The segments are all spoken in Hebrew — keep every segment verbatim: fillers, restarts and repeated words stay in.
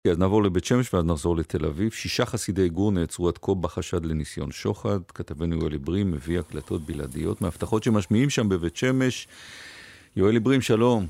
אז נעבור לבית שמש ואז נחזור לתל אביב. שישה חסידי גור נעצרו עד כה בחשד לניסיון שוחד. כתבנו יואל עברים מביא הקלטות בלעדיות מהבטחות שמשמיעים שם בבית שמש. יואל עברים, שלום.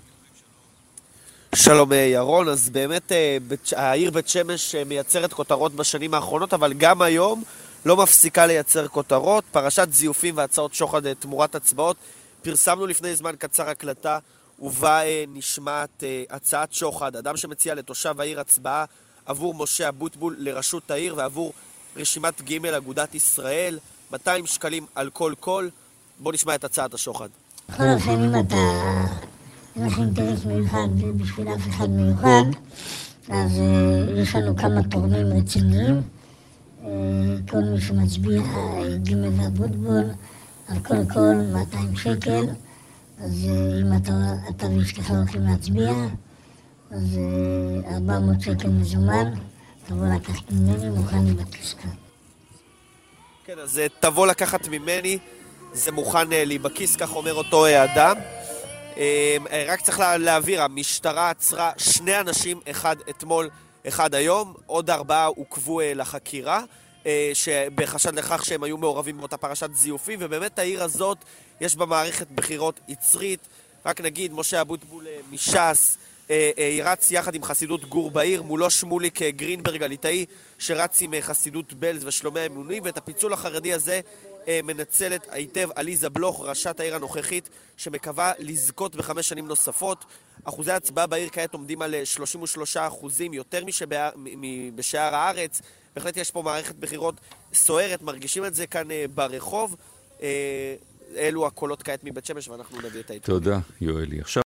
שלום ירון, אז באמת העיר בית שמש מייצרת כותרות בשנים האחרונות, אבל גם היום לא מפסיקה לייצר כותרות. פרשת זיופים והצעות שוחד תמורת הצבעות. פרסמנו לפני זמן קצר הקלטה ובה נשמעת הצעת שוחד, אדם שמציע לתושב העיר הצבעה עבור משה אבוטבול לראשות העיר ועבור רשימת ג' אגודת ישראל, מאתיים שקלים על כל קול. בוא נשמע את הצעת השוחד. בכל אופן, אם אתה אין לך אינטרס מיוחד בשביל אף אחד מיוחד, אז uh, יש לנו כמה תורמים רציניים. uh, כל מי שמצביע ג' ואבוטבול על כל קול מאתיים שקל. אז אם אתה, אתה ואשתך הולכים להצביע, אז ארבע מאות שקל מזומן, תבוא לקחת ממני, מוכן לי בכיס. כן, אז תבוא לקחת ממני, זה מוכן לי בכיס, כך אומר אותו אדם. רק צריך להעביר, המשטרה עצרה שני אנשים, אחד אתמול, אחד היום, עוד ארבעה עוכבו לחקירה, שבחשד לכך שהם היו מעורבים באותה פרשת זיופים, ובאמת העיר הזאת יש בה מערכת בחירות יצרית. רק נגיד, משה אבוטבול מש"ס רץ יחד עם חסידות גור בעיר, מולו שמוליק גרינברג הליטאי שרץ עם חסידות בלז ושלומי האמונים, ואת הפיצול החרדי הזה מנצלת היטב עליזה בלוך, ראשת העיר הנוכחית, שמקווה לזכות בחמש שנים נוספות. אחוזי ההצבעה בעיר כעת עומדים על שלושים ושלושה אחוזים, יותר מבשאר הארץ. בהחלט יש פה מערכת בחירות סוערת, מרגישים את זה כאן ברחוב. אלו הקולות כעת מבית שמש, ואנחנו נביא את העיתון. תודה, יואלי. עכשיו